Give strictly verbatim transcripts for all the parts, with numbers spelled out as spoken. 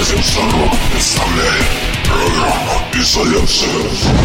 Радио Сорок представляет программу «Изоляция».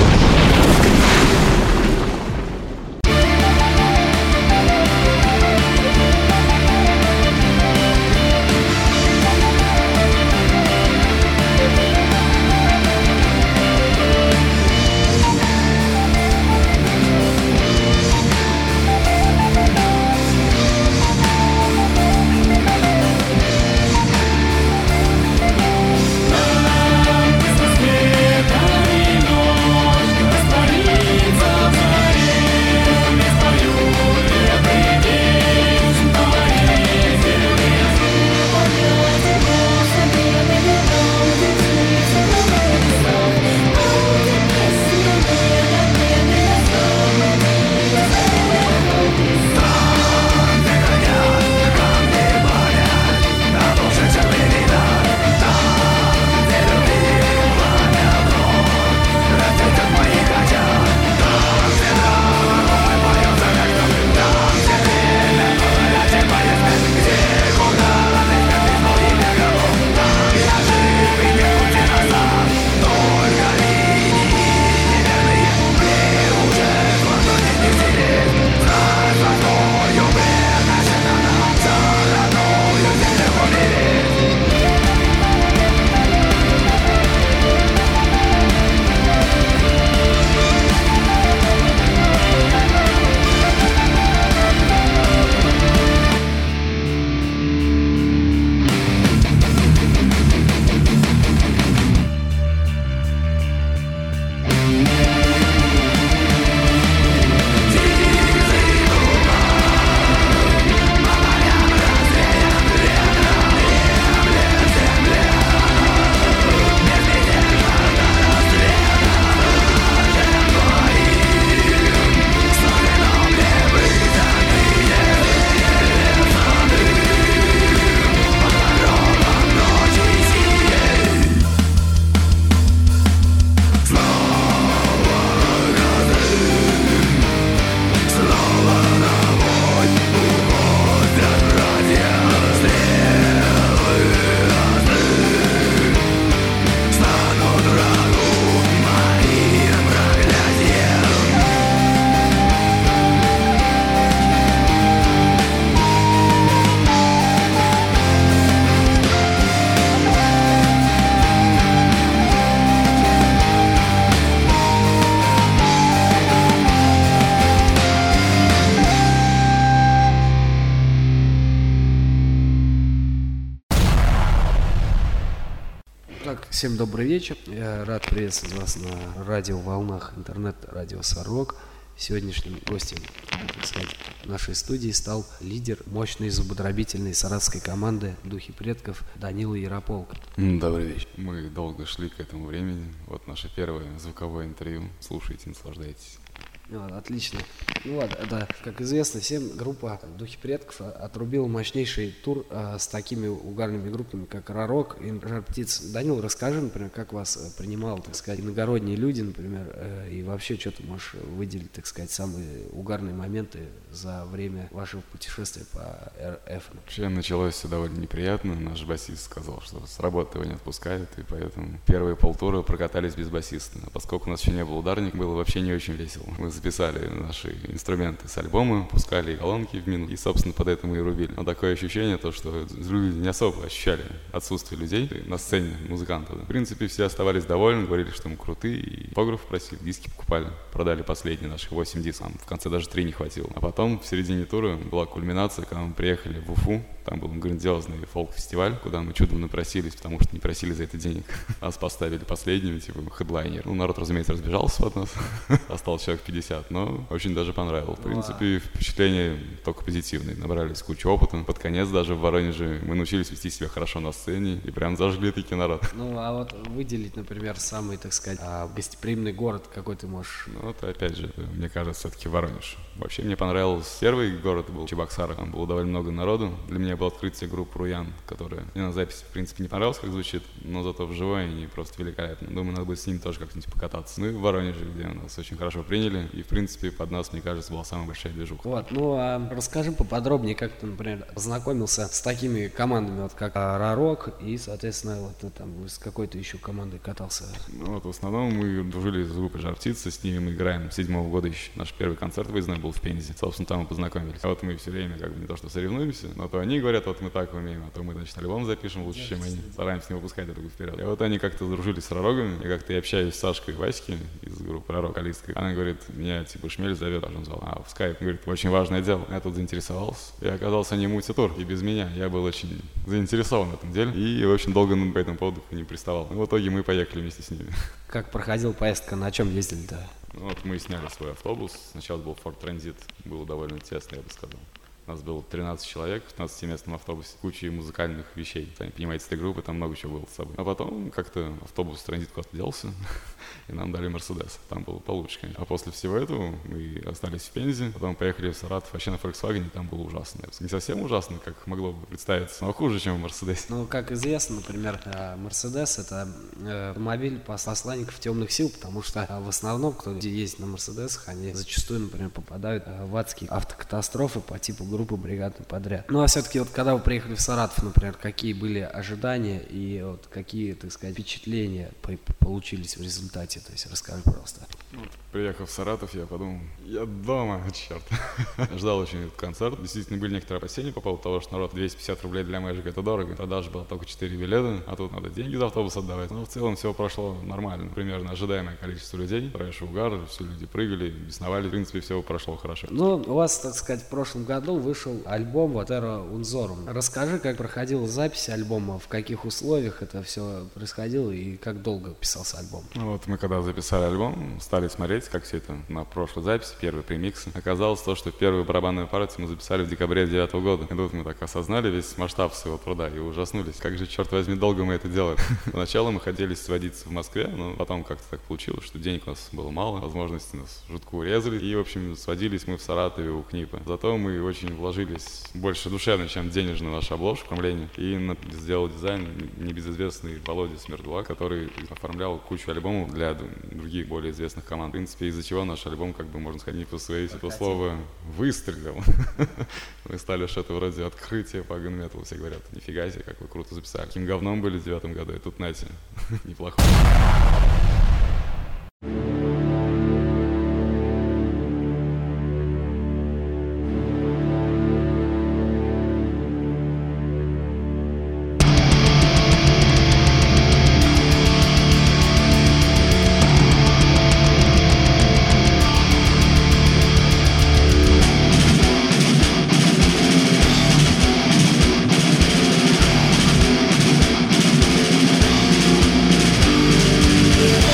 Всем добрый вечер. Я рад приветствовать вас на радиоволнах интернет-радио Сорок. Сегодняшним гостем, так сказать, нашей студии стал лидер мощной зубодробительной саратовской команды «Духи предков» Данила Ярополк. Добрый вечер. Мы долго шли к этому времени. Вот наше первое звуковое интервью. Слушайте, наслаждайтесь. Вот, отлично. Ну вот, это, как известно всем, группа «Духи предков» отрубила мощнейший тур а, с такими угарными группами, как «Ророк» и «Жар птиц». Данил, расскажи, например, как вас принимал, так сказать, иногородние люди, например, э, и вообще, что ты можешь выделить, так сказать, самые угарные моменты за время вашего путешествия по эр эф? Вообще началось все довольно неприятно. Наш басист сказал, что с работы его не отпускают, и поэтому первые полтура прокатались без басиста. А поскольку у нас еще не был ударника, было вообще не очень весело. Мы записали наши инструменты с альбома, пускали колонки в мину, и, собственно, под это мы и рубили. Но такое ощущение, то, что люди не особо ощущали отсутствие людей на сцене, музыкантов. В принципе, все оставались довольны, говорили, что мы крутые, и автограф просили, диски покупали. Продали последние наши восемь дисков, в конце даже три не хватило. А потом, в середине тура, была кульминация, когда мы приехали в Уфу. Там был грандиозный фолк-фестиваль, куда мы чудом напросились, потому что не просили за это денег. Нас поставили последними, типа, хедлайнер. Ну, народ, разумеется, разбежался от нас. Осталось человек пятьдесят, но очень даже понравилось. В принципе, впечатления только позитивные. Набрались кучу опыта. Под конец даже в Воронеже мы научились вести себя хорошо на сцене и прям зажгли таки народ. Ну, а вот выделить, например, самый, так сказать, гостеприимный город, какой ты можешь? Ну, это, опять же, это, мне кажется, все-таки Воронеж. Вообще, мне понравился первый город, был Чебоксары. Там было довольно много народу. Для меня было открытие группы Руян, которая мне на записи, в принципе, не понравилась, как звучит, но зато вживую они просто великолепны. Думаю, надо будет с ними тоже как-нибудь покататься. Ну и в Воронеже, где нас очень хорошо приняли. И, в принципе, под нас, мне кажется, была самая большая движуха. Вот, ну а расскажи поподробнее, как ты, например, познакомился с такими командами, вот как Рарок, и, соответственно, вот ты там с какой-то еще командой катался. Ну, вот в основном мы дружили с группой Жар Птица, с ними мы играем с седьмого года еще. Наш первый концерт выездной был в Пензе. Собственно, там мы познакомились. А вот мы все время как бы не то что соревнуемся, но то они говорят, вот мы так умеем, а то мы, значит, альбом запишем лучше, чем они. Стараемся не выпускать эту вперед. И вот они как-то дружили с Рарогами. Я как-то и общаюсь с Сашкой Васьки из группы Рарок, Алисткой. Она говорит, меня типа Шмель зовет, аж он звал. А в скайп, говорит, очень важное дело. Я тут заинтересовался. И оказался они мультитур. И без меня. Я был очень заинтересован в этом деле. И, в общем, долго по этому поводу не приставал. И в итоге мы поехали вместе с ними. Как проходила поездка, на чем ездили-то? Ну, вот мы сняли свой автобус. Сначала был Ford Transit. Было довольно тесно, я бы сказал. У нас было тринадцать человек в пятнадцатиместном автобусе, куча музыкальных вещей. Сами понимаете, этой группы, там много чего было с собой. А потом как-то автобус транзит куда-то делся, и нам дали Мерседес. Там было получше, конечно. А после всего этого мы остались в Пензе, потом поехали в Саратов, вообще на Volkswagen, там было ужасно. Не совсем ужасно, как могло бы представиться, но хуже, чем в Мерседесе. Ну, как известно, например, Мерседес — это автомобиль посланников темных сил, потому что в основном, кто ездит на Мерседесах, они зачастую, например, попадают в адские автокатастрофы по типу группы «Бригадный подряд». Ну, а все-таки вот когда вы приехали в Саратов, например, какие были ожидания и вот какие, так сказать, впечатления получились в результате? То есть расскажи, пожалуйста. Вот, приехав в Саратов, я подумал, я дома, черт. Ждал очень этот концерт. Действительно, были некоторые опасения по поводу того, что народ двести пятьдесят рублей для Мэджика — это дорого. Тогда же было только четыре билета, а тут надо деньги за автобус отдавать. Но в целом все прошло нормально. Примерно ожидаемое количество людей. Трэш, угар, все люди прыгали, бесновали. В принципе, все прошло хорошо. Ну, у вас, так сказать, в прошлом году вышел альбом «Ватеро Унзорум». Расскажи, как проходила запись альбома, в каких условиях это все происходило и как долго писался альбом? Вот мы когда записали альбом, стали смотреть, как все это на прошлой записи, первый премикс. Оказалось то, что первую барабанную партию мы записали в декабре девятого года. И тут мы так осознали весь масштаб своего труда и ужаснулись. Как же, черт возьми, долго мы это делаем. Поначалу мы хотели сводиться в Москве, но потом как-то так получилось, что денег у нас было мало, возможности нас жутко урезали. И, в общем, сводились мы в Саратове у Книпа. Зато мы очень вложились больше душевно, чем денежно, в нашу обложку, оформление. И сделал дизайн небезызвестный Володя Смердула, который оформлял кучу альбомов для других более известных команд. В принципе, из-за чего наш альбом, как бы, можно сказать, не по своей этого слова выстрелил. Мы стали что-то вроде открытия по gun-металу. Все говорят, нифига себе, как вы круто записали. Каким говном были в девятом году, и тут, знаете, неплохо. Yeah.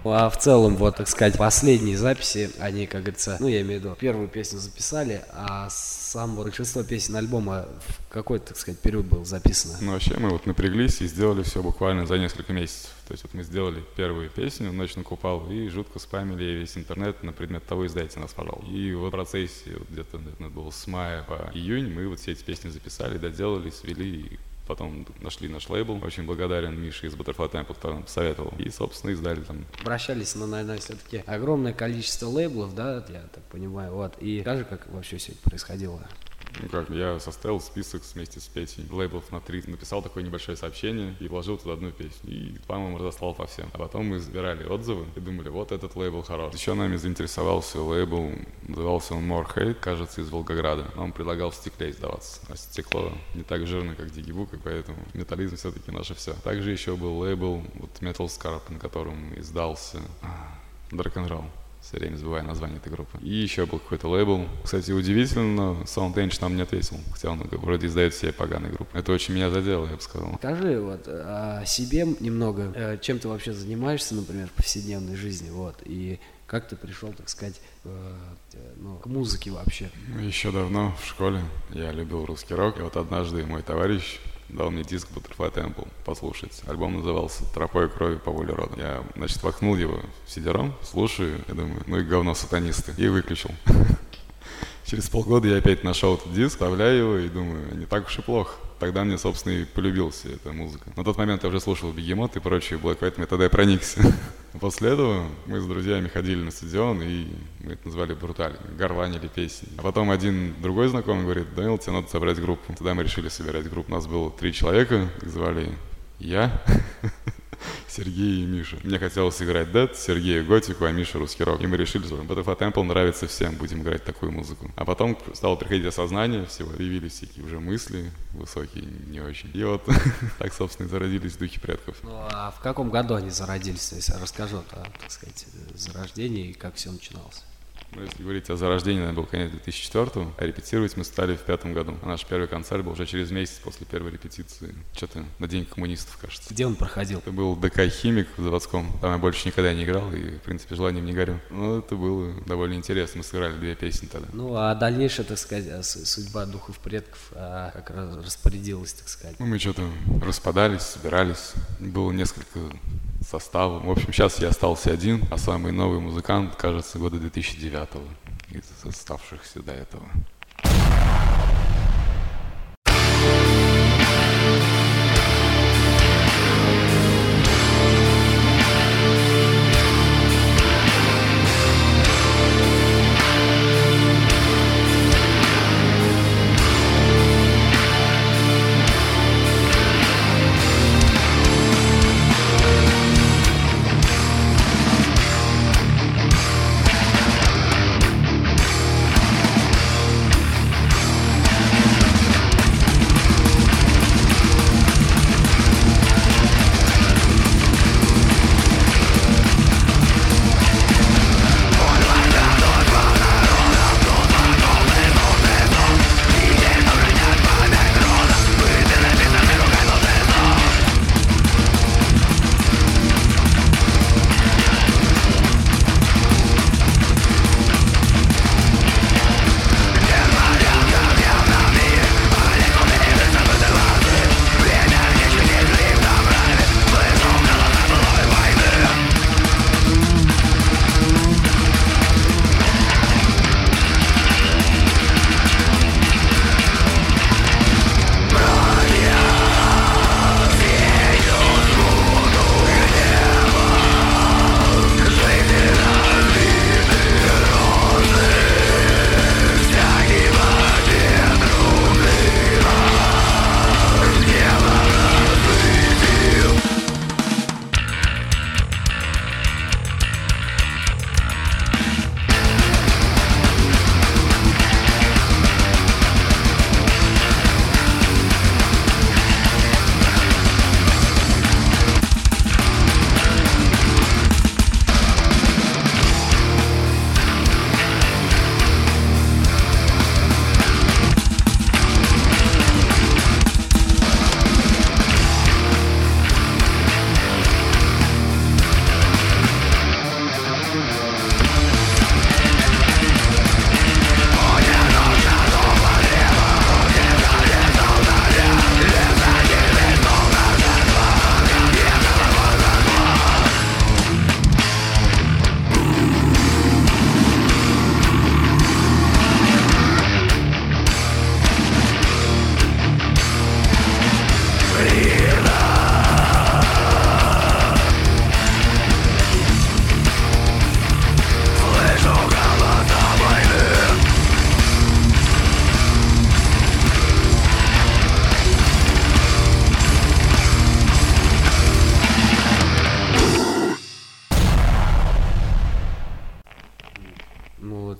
А в целом, вот, так сказать, последние записи, они, как говорится, ну, я имею в виду, первую песню записали, а само большинство песен альбома в какой, так сказать, период было записано? Ну, вообще мы вот напряглись и сделали все буквально за несколько месяцев. То есть вот мы сделали первую песню «Ночь на Купалу» и жутко спамили весь интернет на предмет того, издайте нас, пожалуйста. И в процессе вот где-то, наверное, было с мая по июнь мы вот все эти песни записали, доделали, свели, и потом нашли наш лейбл. Очень благодарен Мише из Butterfly Temple, который нам посоветовал. И, собственно, издали там. Обращались, но, наверное, все-таки огромное количество лейблов, да, я так понимаю, вот. И скажи, как вообще все это происходило? Ну как, я составил список вместе с Петей лейблов на три, написал такое небольшое сообщение и вложил туда одну песню. И, по-моему, разослал по всем. А потом мы забирали отзывы и думали, вот этот лейбл хорош. Еще нами заинтересовался лейбл, назывался он More Hate, кажется, из Волгограда. Он предлагал в стекле издаваться. А стекло не так жирно, как Дигибук, и поэтому металлизм все-таки наше все. Также еще был лейбл вот Metal Scarp, на котором издался Dark and Roll. Все время забываю название этой группы. И еще был какой-то лейбл. Кстати, удивительно, Soundenge нам не ответил, хотя он вроде издает все поганые группы. Это очень меня задело, я бы сказал. Скажи вот о себе немного, чем ты вообще занимаешься, например, в повседневной жизни, вот, и как ты пришел, так сказать, ну, к музыке вообще? Еще давно в школе я любил русский рок, и вот однажды мой товарищ дал мне диск Butterfly Temple послушать. Альбом назывался «Тропой крови по воле рода». Я, значит, воткнул его в сидером, слушаю, я думаю, ну и говно сатанисты, и выключил. Через полгода я опять нашел этот диск, вставляю его и думаю, не так уж и плохо. Тогда мне, собственно, и полюбилась эта музыка. На тот момент я уже слушал Бегемот и прочие Black White, тогда я проникся. После этого мы с друзьями ходили на стадион, и мы это назвали брутально, горланили песни. А потом один другой знакомый говорит, Данил, тебе надо собрать группу. Тогда мы решили собирать группу. У нас было три человека, их звали я, Сергей и Миша. Мне хотелось играть Dead, Сергею готику, а Миша русский рок. И мы решили, что Butterfly Temple нравится всем, будем играть такую музыку. А потом стало приходить осознание всего, появились всякие уже мысли, высокие, не очень. И вот так, собственно, и зародились духи предков. Ну а в каком году они зародились? То есть расскажи, о, так сказать, зарождении и как все начиналось. Ну, если говорить о зарождении, наверное, был конец две тысячи четвёртого, а репетировать мы стали в пятом году. А наш первый концерт был уже через месяц после первой репетиции. Что-то на День коммунистов, кажется. Где он проходил? Это был ДК «Химик» в заводском. Там я больше никогда не играл и, в принципе, желанием не горю. Но это было довольно интересно. Мы сыграли две песни тогда. Ну, а дальнейшая, так сказать, судьба духов предков а как распорядилась, так сказать? Ну, мы что-то распадались, собирались. Было несколько составов. В общем, сейчас я остался один, а самый новый музыкант, кажется, года две тысячи девятого из оставшихся до этого.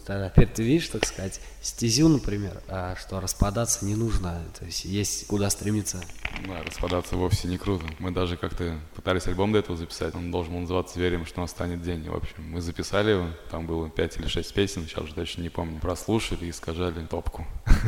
тогда теперь ты видишь, так сказать, стезю, например, а, что распадаться не нужно, то есть есть куда стремиться. Да, распадаться вовсе не круто. Мы даже как-то пытались альбом до этого записать, он должен был называться «Верим, что настанет день». В общем, мы записали его, там было пять или шесть песен, сейчас уже точно не помню. Прослушали и сказали топку.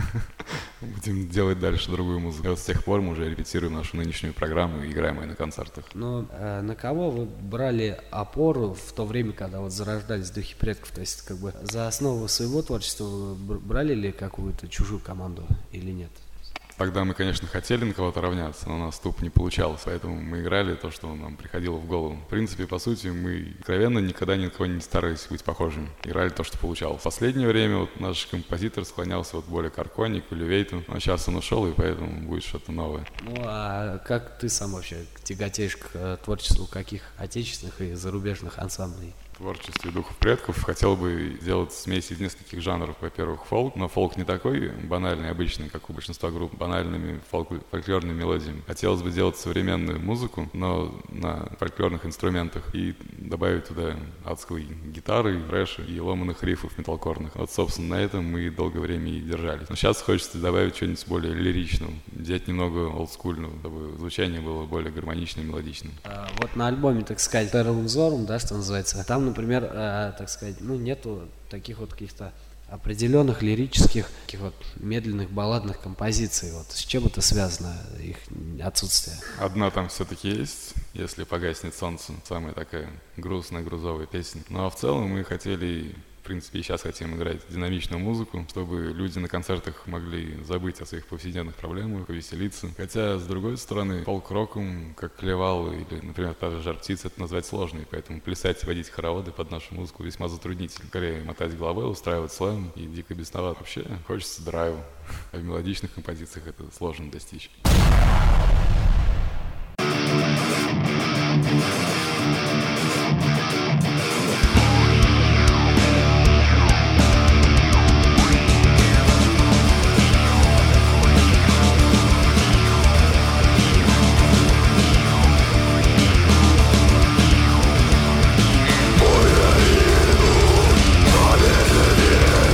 Будем делать дальше другую музыку. И вот с тех пор мы уже репетируем нашу нынешнюю программу и играем ее на концертах. Но э, на кого вы брали опору в то время, когда вот зарождались духи предков? То есть как бы за основу своего творчества вы брали ли какую-то чужую команду или нет? Тогда мы, конечно, хотели на кого-то равняться, но у нас тупо не получалось, поэтому мы играли то, что нам приходило в голову. В принципе, по сути, мы откровенно никогда ни на кого не старались быть похожими. Играли то, что получалось. В последнее время вот наш композитор склонялся вот более к Арконе, к Улювейту, но сейчас он ушел, и поэтому будет что-то новое. Ну, а как ты сам вообще тяготеешь к творчеству каких отечественных и зарубежных ансамблей? В творчестве духов предков хотел бы сделать смесь из нескольких жанров. Во-первых, фолк, но фолк не такой банальный, обычный, как у большинства групп, банальными фолк- фольклорными мелодиями. Хотелось бы сделать современную музыку, но на фольклорных инструментах, и добавить туда адской гитары, рэша и ломаных рифов металкорных. Вот, собственно, на этом мы долгое время и держались. Но сейчас хочется добавить что-нибудь более лиричного, взять немного олдскульного, чтобы звучание было более гармоничным и мелодичным. А, вот на альбоме, так сказать, Terrum Zorum, да, что называется, там, например, э, так сказать, ну, нету таких вот каких-то определенных лирических, таких вот медленных балладных композиций. Вот с чем это связано, их отсутствие? Одна там все-таки есть, «Если погаснет солнце», самая такая грустная, грузовая песня. Ну а в целом мы хотели, в принципе, и сейчас хотим играть динамичную музыку, чтобы люди на концертах могли забыть о своих повседневных проблемах, повеселиться. Хотя, с другой стороны, фолк-роком, как Клевал или, например, та же «Жар-птица», это назвать сложно, и поэтому плясать и водить хороводы под нашу музыку весьма затруднительно. Скорее мотать головой, устраивать слэм и дико бесновато. Вообще, хочется драйва, а в мелодичных композициях это сложно достичь.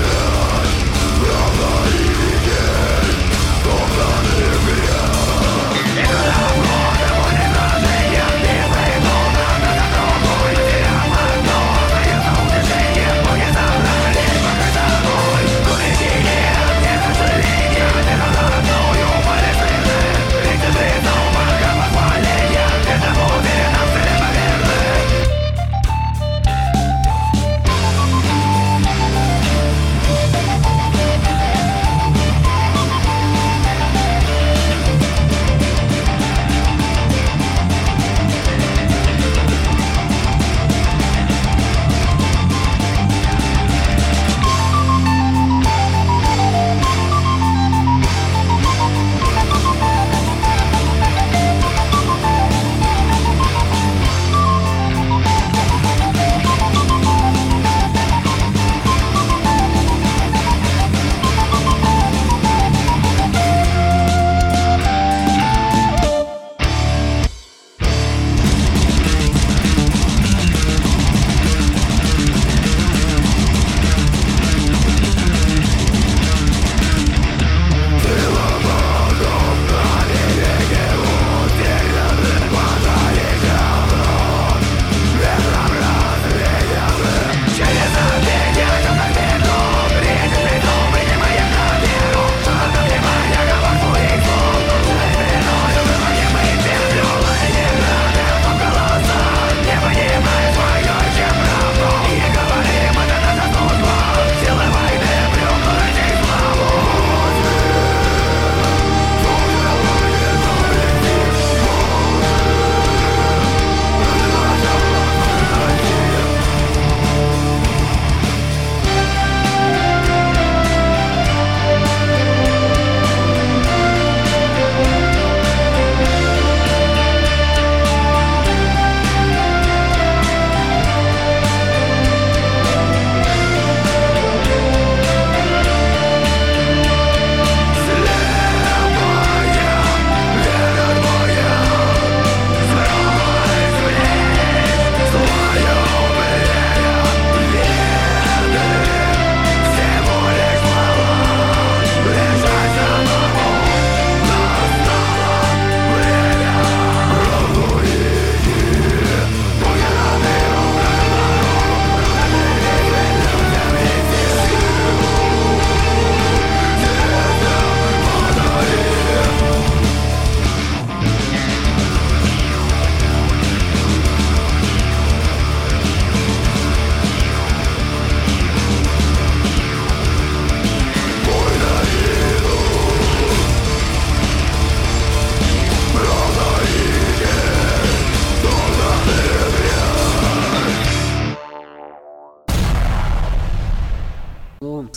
Правда и гель, добра и грех.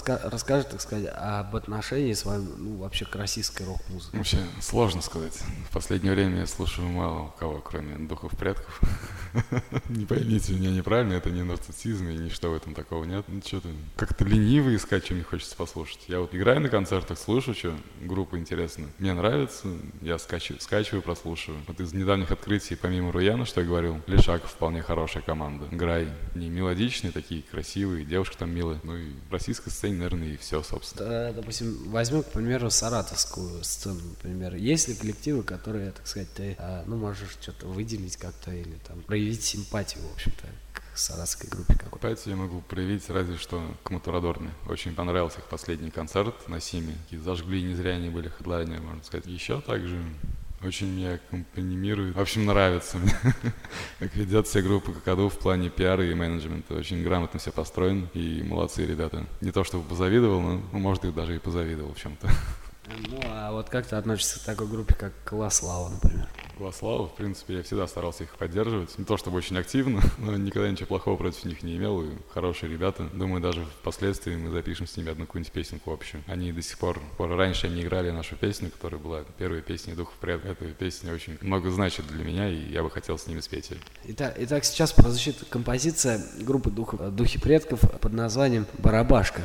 раска- расскажет, так сказать, об отношении своем, ну, вообще к российской рок-музыке. Вообще, сложно сказать. В последнее время я слушаю мало у кого, кроме духов предков. Не поймите меня неправильно, это не нарциссизм и ничто в этом такого нет. Ну, что-то как-то лениво искать, что мне хочется послушать. Я вот играю на концертах, слушаю, что группа интересна. Мне нравится, я скачиваю, скачиваю, прослушиваю. Вот из недавних открытий, помимо Руяна, что я говорил, Лешаков вполне хорошая команда. Грай не мелодичные, такие красивые, девушки там милые. Ну и в российской сцене, наверное, и все, собственно. Да, допустим, возьмем, к примеру, саратовскую сцену, например. Есть ли коллективы, которые, так сказать, ты, а, ну, можешь что-то выделить как-то или там проявить симпатию, в общем-то, к саратовской группе какой-то? Симпатию я могу проявить разве что к Матурадорме. Очень понравился их последний концерт на Симе. И зажгли, не зря они были хедлайнеры, можно сказать. Еще также очень мне аккомпанимирует. В общем, нравится мне, как ведет себя группа Какаду в плане пиара и менеджмента. Очень грамотно все построено, и молодцы ребята. Не то чтобы позавидовал, но, ну, может, их даже и позавидовал в чем-то. Ну, а вот как ты относишься к такой группе, как Класслава, например? Класслава, в принципе, я всегда старался их поддерживать. Не то чтобы очень активно, но никогда ничего плохого против них не имел. И хорошие ребята. Думаю, даже впоследствии мы запишем с ними одну какую-нибудь песенку общую. Они до сих пор, раньше они играли нашу песню, которая была первой песней «Духов предков». Эта песня очень много значит для меня, и я бы хотел с ними спеть ее. Итак, итак, сейчас прозвучит композиция группы Духов, «Духи предков» под названием «Барабашка».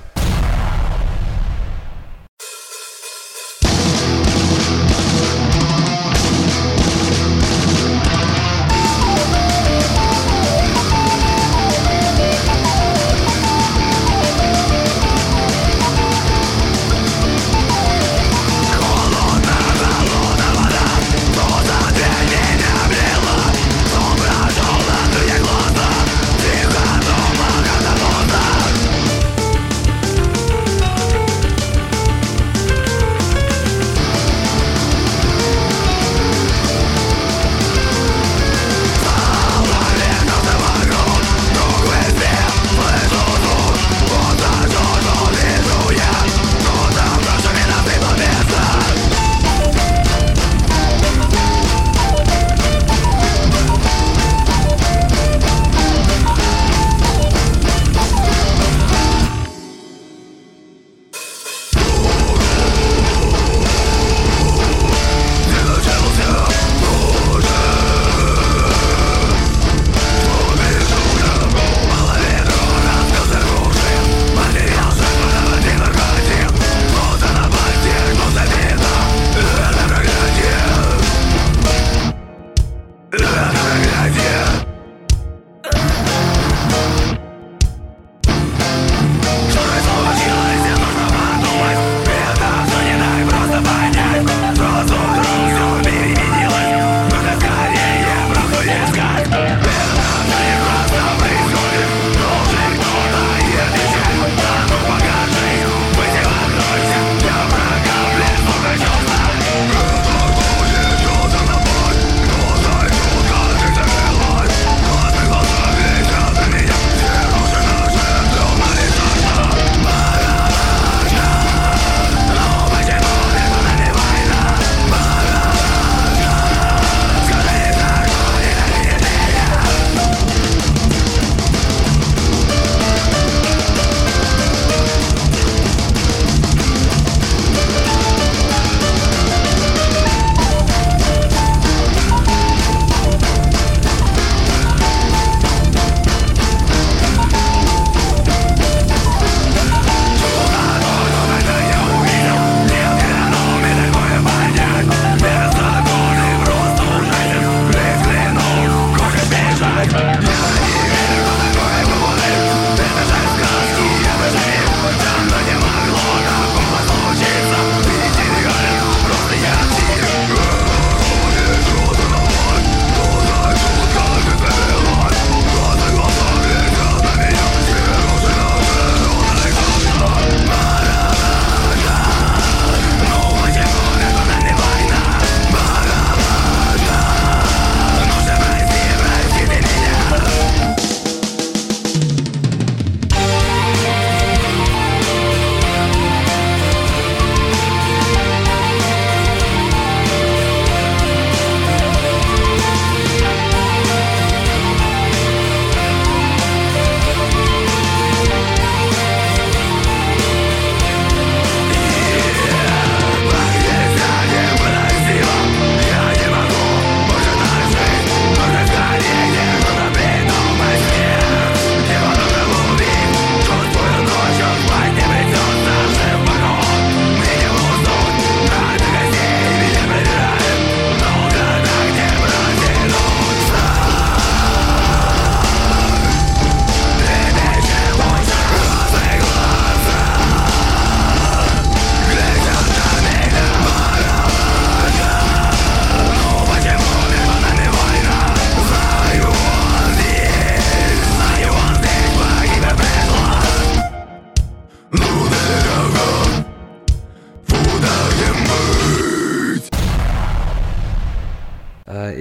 Тихо, дома, когда луна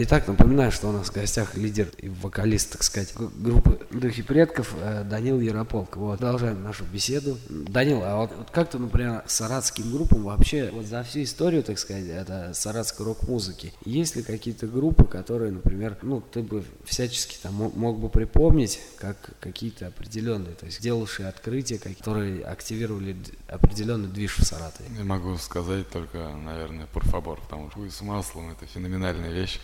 Итак, напоминаю, что у нас в гостях лидер и вокалист, так сказать, группы «Духи предков» Данил Ярополк. Вот, продолжаем нашу беседу. Данил, а вот, вот как ты, например, с саратским группам вообще, вот за всю историю, так сказать, это саратской рок-музыки, есть ли какие-то группы, которые, например, ну, ты бы всячески там мог, мог бы припомнить, как какие-то определенные, то есть делавшие открытия, которые активировали определенный движ в Саратове? Я могу сказать только, наверное, «Порфабор», потому что «Хуй с маслом» — это феноменальная вещь.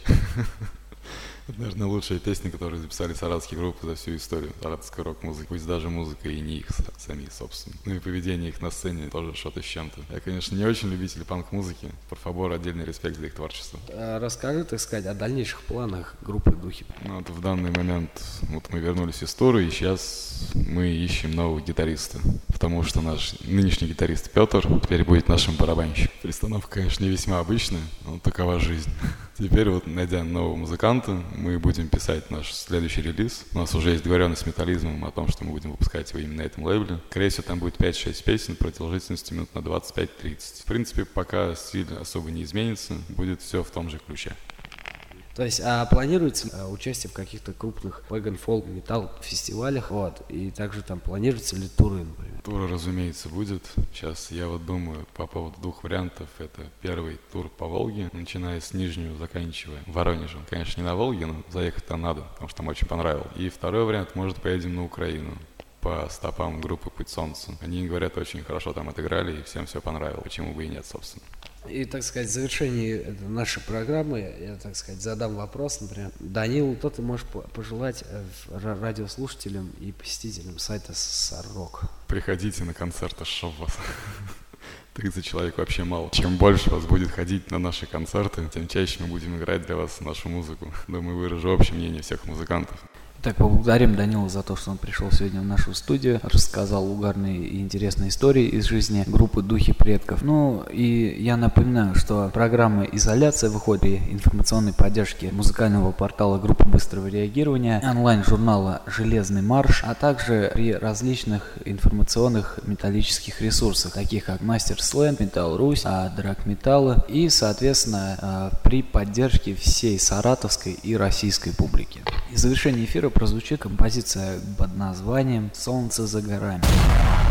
Это, наверное, лучшая песня, которую записали саратовские группы за всю историю саратовской рок-музыки. Пусть даже музыка и не их самих, собственно. Ну и поведение их на сцене тоже что-то с чем-то. Я, конечно, не очень любитель панк-музыки. «Порфабор» — отдельный респект за их творчество. А расскажи, так сказать, о дальнейших планах группы «Духи». Ну, вот в данный момент вот мы вернулись из тура, и сейчас мы ищем нового гитариста. Потому что наш нынешний гитарист Петр теперь будет нашим барабанщиком. Перестановка, конечно, не весьма обычная, но такова жизнь. Теперь вот, найдя нового музыканта, мы будем писать наш следующий релиз. У нас уже есть договоренность с Металлизмом о том, что мы будем выпускать его именно на этом лейбле. Скорее всего, там будет пять-шесть песен продолжительностью минут на двадцать пять тридцать. В принципе, пока стиль особо не изменится, будет все в том же ключе. То есть, а планируется а, участие в каких-то крупных пэган, фолк, металл фестивалях, вот, и также там планируются ли туры, например? Тур, разумеется, будет. Сейчас я вот думаю по поводу двух вариантов. Это первый тур по Волге, начиная с Нижнего, заканчивая Воронежем. Конечно, не на Волге, но заехать там надо, потому что там очень понравилось. И второй вариант, может, поедем на Украину по стопам группы «Путь солнца». Они, говорят, очень хорошо там отыграли, и всем все понравилось. Почему бы и нет, собственно. И, так сказать, в завершении нашей программы я, так сказать, задам вопрос, например, Данил, что ты можешь пожелать радиослушателям и посетителям сайта Саррок? Приходите на концерты, шо вас. тридцать человек вообще мало. Чем больше вас будет ходить на наши концерты, тем чаще мы будем играть для вас нашу музыку. Думаю, выражу общее мнение всех музыкантов. Так, поблагодарим Данила за то, что он пришел сегодня в нашу студию, рассказал угарные и интересные истории из жизни группы «Духи предков». Ну, и я напоминаю, что программа «Изоляция» выходит при информационной поддержке музыкального портала группы быстрого реагирования, онлайн-журнала «Железный марш», а также при различных информационных металлических ресурсах, таких как Мастер Сленг, Металл Русь, Драг Металла, и, соответственно, при поддержке всей саратовской и российской публики. И в завершении эфира прозвучит композиция под названием «Солнце за горами».